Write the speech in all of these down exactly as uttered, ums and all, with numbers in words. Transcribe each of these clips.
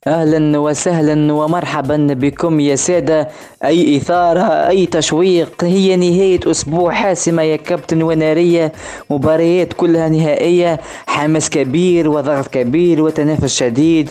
أهلا وسهلا ومرحبا بكم يا سادة. أي إثارة، أي تشويق! هي نهاية أسبوع حاسمة يا كابتن ونارية. مباريات كلها نهائية، حماس كبير وضغط كبير وتنافس شديد.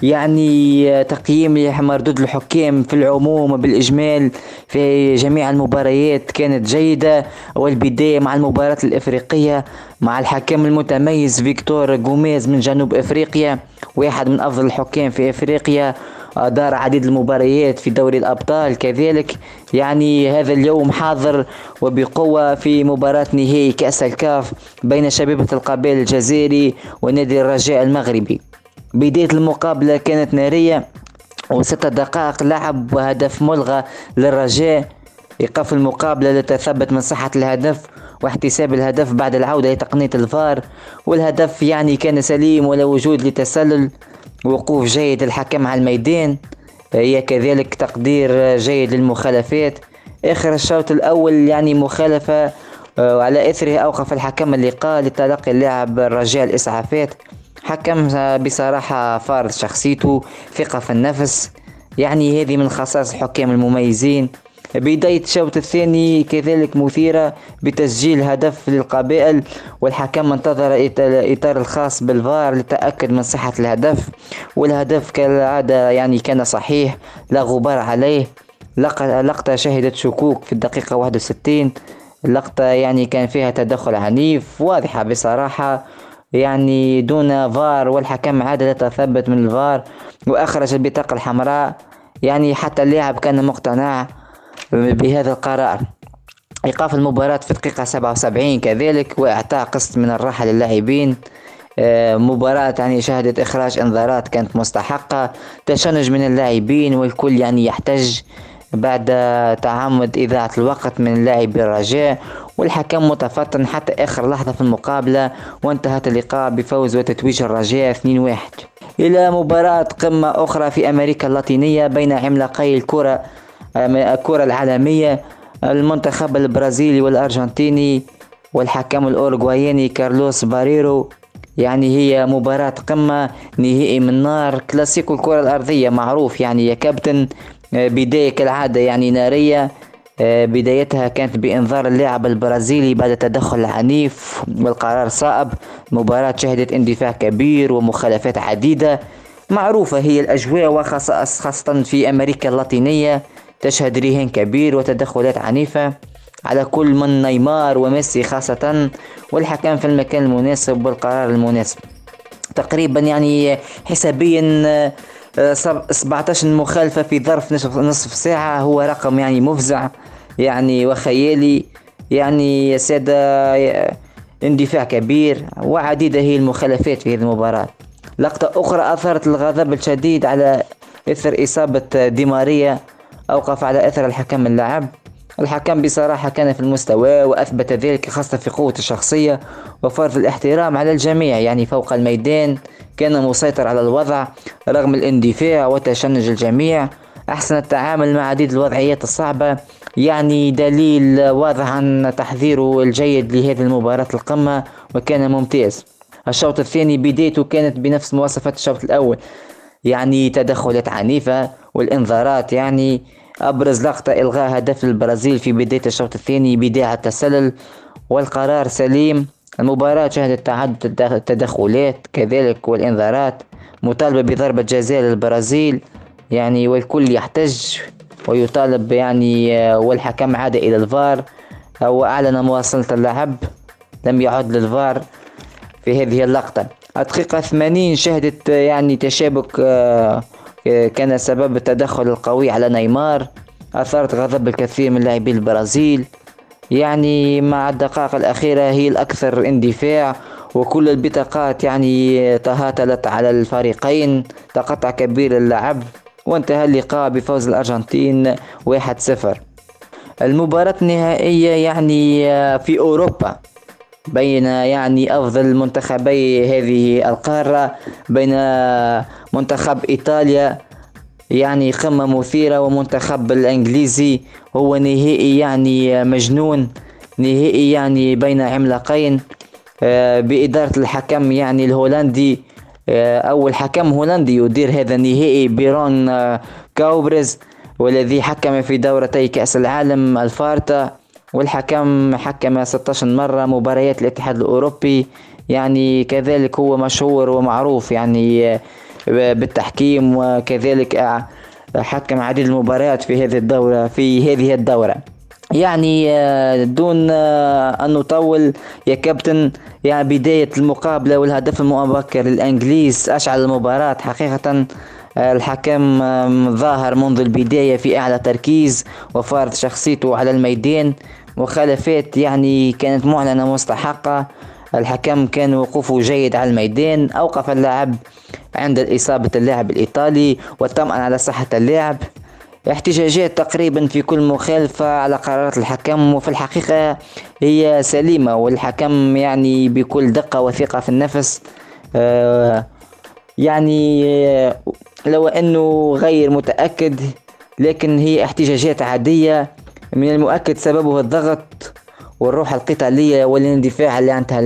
يعني آه، تقييم مردود الحكام في العموم وبالإجمال في جميع المباريات كانت جيدة. والبداية مع المباراة الإفريقية مع الحكم المتميز فيكتور جوميز من جنوب أفريقيا، واحد من أفضل الحكام في أفريقيا. دار عديد المباريات في دوري الأبطال كذلك. يعني هذا اليوم حاضر وبقوة في مباراة نهائي كأس الكاف بين شبيبة القبائل الجزائري ونادي الرجاء المغربي. بداية المقابلة كانت نارية، وست دقائق لعب وهدف ملغى للرجاء. إيقاف المقابلة لتثبت من صحة الهدف واحتساب الهدف بعد العودة لتقنية الفار. والهدف يعني كان سليم ولا وجود لتسلل. وقوف جيد للحكم على الميدان، هي كذلك تقدير جيد للمخالفات. آخر الشوط الأول يعني مخالفة، آه، وعلى إثره أوقف الحكم اللقاء لتلقي اللاعب الرجاء الإسعافات. حكم آه، بصراحة فارض شخصيته، ثقة في النفس. يعني هذه من خصائص الحكام المميزين. بداية الشوط الثاني كذلك مثيرة بتسجيل هدف للقبائل، والحكم انتظر الإطار الخاص بالفار للتأكد من صحة الهدف. والهدف كالعادة يعني كان صحيح، لا غبار عليه. لق- لقطة شهدت شكوك في الدقيقة واحد وستين. اللقطة يعني كان فيها تدخل عنيف واضحة بصراحة، يعني دون فار، والحكم عاد يتثبت من الفار وأخرج البطاقة الحمراء. يعني حتى اللاعب كان مقتنع بهذا القرار. إيقاف المباراة في الدقيقة سبعة وسبعين كذلك، وإعطاء قسط من الراحة للاعبين. آه، مباراة يعني شهدت إخراج إنذارات كانت مستحقة، تشنج من اللاعبين، والكل يعني يحتج بعد تعمد إذاعة الوقت من لاعبي الرجاء. والحكم متفطن حتى آخر لحظة في المقابلة، وانتهت اللقاء بفوز وتتويج الرجاء اثنين واحد. إلى مباراة قمة أخرى في أمريكا اللاتينية بين عملاقي الكرة الكرة العالمية، المنتخب البرازيلي والأرجنتيني، والحكم الأورجواياني كارلوس باريرو. يعني هي مباراة قمة، نهائي من نار، كلاسيكو الكرة الأرضية معروف يعني يا كابتن. آه، بداية كالعادة يعني نارية. آه، بدايتها كانت بإنذار اللاعب البرازيلي بعد تدخل عنيف والقرار صائب. مباراة شهدت اندفاع كبير ومخالفات عديدة. معروفة هي الأجواء، وخاصة خاصة في أمريكا اللاتينية تشهد رهان كبير وتدخلات عنيفة على كل من نيمار وميسي خاصة. والحكم في المكان المناسب والقرار المناسب تقريبا يعني حسابيا. آه، سبعة عشر مخالفة في ظرف نصف, نصف ساعة، هو رقم يعني مفزع يعني وخيالي. يعني يا سادة، آه، اندفاع كبير وعديدة هي المخالفات في هذه المباراة. لقطة أخرى أثارت الغضب الشديد على إثر إصابة دي ماريا، أوقف على أثر الحكم اللعب. الحكم بصراحة كان في المستوى وأثبت ذلك، خاصة في قوة الشخصية وفرض الاحترام على الجميع. يعني فوق الميدان كان مسيطر على الوضع رغم الاندفاع وتشنج الجميع. أحسن التعامل مع عديد الوضعيات الصعبة، يعني دليل واضح عن تحضيره الجيد لهذه المباراة القمة، وكان ممتاز. الشوط الثاني بدايته كانت بنفس مواصفات الشوط الأول، يعني تدخلات عنيفة والإنذارات. يعني أبرز لقطة إلغاء هدف البرازيل في بداية الشوط الثاني بداعة التسلل، والقرار سليم. المباراة شهدت تعدد التدخلات كذلك والإنذارات. مطالبة بضربة جزاء للبرازيل، يعني والكل يحتج ويطالب يعني. آه، والحكم عاد إلى الفار وأعلن مواصلة اللعب، لم يعد للفار في هذه اللقطة. الدقيقة ثمانين شهدت يعني تشابك، آه، آه، كان سبب التدخل القوي على نيمار، أثارت غضب الكثير من لاعبي البرازيل. يعني مع الدقائق الأخيرة هي الأكثر اندفاع، وكل البطاقات يعني تهاطلت على الفريقين، تقطع كبير اللعب، وانتهى اللقاء بفوز الأرجنتين واحد صفر. المباراة النهائية يعني آه، في أوروبا بين يعني أفضل منتخبي هذه القارة، بين منتخب إيطاليا يعني قمة مثيرة ومنتخب الإنجليزي. هو نهائي يعني مجنون، نهائي يعني بين عملاقين، آه، بإدارة الحكم يعني الهولندي آه، أول حكم هولندي يدير هذا النهائي بيرون آه، كاوبرز، والذي حكم في دورتي كأس العالم الفارطة، والحكم حكم ستة عشر مرة مباريات الاتحاد الأوروبي. يعني كذلك هو مشهور ومعروف يعني آه، بالتحكيم، وكذلك آه، حكم عديد المباريات في هذه الدورة في هذه الدورة. يعني آه، دون آه، أن نطول يا كابتن، يعني بداية المقابلة والهدف المبكر للإنجليز أشعل المباراة حقيقة. آه، الحكم آه، ظاهر منذ البداية في أعلى تركيز وفارض شخصيته على الميدان. مخالفات يعني كانت معلنة مستحقة. الحكم كان وقوفه جيد على الميدان، أوقف اللاعب عند إصابة اللاعب الإيطالي وطمأن على صحة اللاعب. احتجاجات تقريبا في كل مخالفة على قرارات الحكم، وفي الحقيقة هي سليمة، والحكم يعني بكل دقة وثقة في النفس. آه يعني آه لو أنه غير متأكد، لكن هي احتجاجات عادية. من المؤكد سببه الضغط والروح القتالية والاندفاع اللي عندها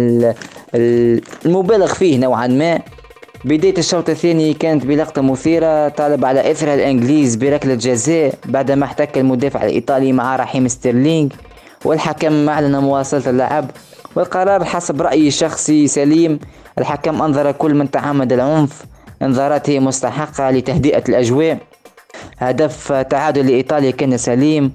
المبالغ فيه نوعا ما. بداية الشوط الثاني كانت بلقطة مثيرة طالب على إثرها الإنجليز بركلة جزاء بعدما احتك المدافع الإيطالي مع رحيم ستيرلينغ، والحكم أعلن مواصلة اللعب، والقرار حسب رأيي الشخصي سليم. الحكم أنظر كل من تعمد العنف، انذارات هي مستحقة لتهدئة الأجواء. هدف تعادل لإيطاليا كان سليم.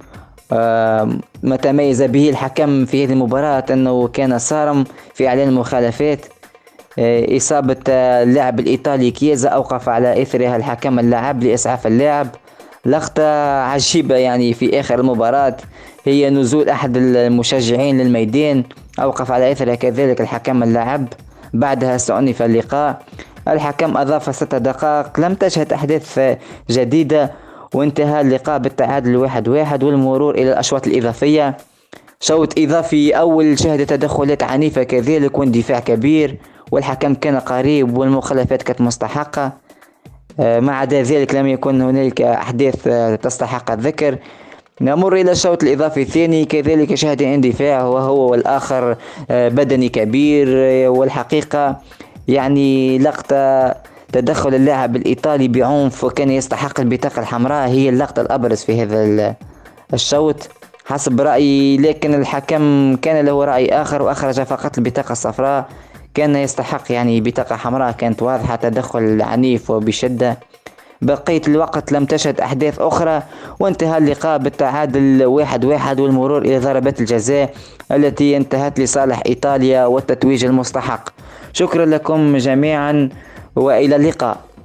ما تميز به الحكم في هذه المباراة أنه كان صارم في إعلان المخالفات. إصابة اللاعب الإيطالي كييزا أوقف على إثرها الحكم اللاعب لإسعاف اللاعب. لقطة عجيبة يعني في آخر المباراة هي نزول أحد المشجعين للميدان، أوقف على إثرها كذلك الحكم اللاعب. بعدها استؤنف اللقاء. الحكم أضاف ست دقائق لم تشهد أحداث جديدة، وانتهى اللقاء بالتعادل واحد واحد والمرور إلى الأشواط الإضافية. شوط إضافي أول شهد تدخلات عنيفة كذلك واندفاع كبير، والحكم كان قريب والمخالفات كانت مستحقة. ما عدا ذلك لم يكن هنالك أحداث تستحق الذكر. نمر إلى الشوط الإضافي الثاني، كذلك شهد اندفاع وهو والآخر بدني كبير. والحقيقة يعني لقطة تدخل اللاعب الإيطالي بعنف وكان يستحق البطاقة الحمراء هي اللقطة الأبرز في هذا الشوط حسب رأيي، لكن الحكم كان له رأي آخر وأخرج فقط البطاقة الصفراء. كان يستحق يعني بطاقة حمراء، كانت واضحة، تدخل عنيف وبشدة. بقية الوقت لم تشهد أحداث أخرى، وانتهى اللقاء بالتعادل واحد واحد والمرور إلى ضربات الجزاء التي انتهت لصالح إيطاليا والتتويج المستحق. شكرا لكم جميعا وإلى اللقاء.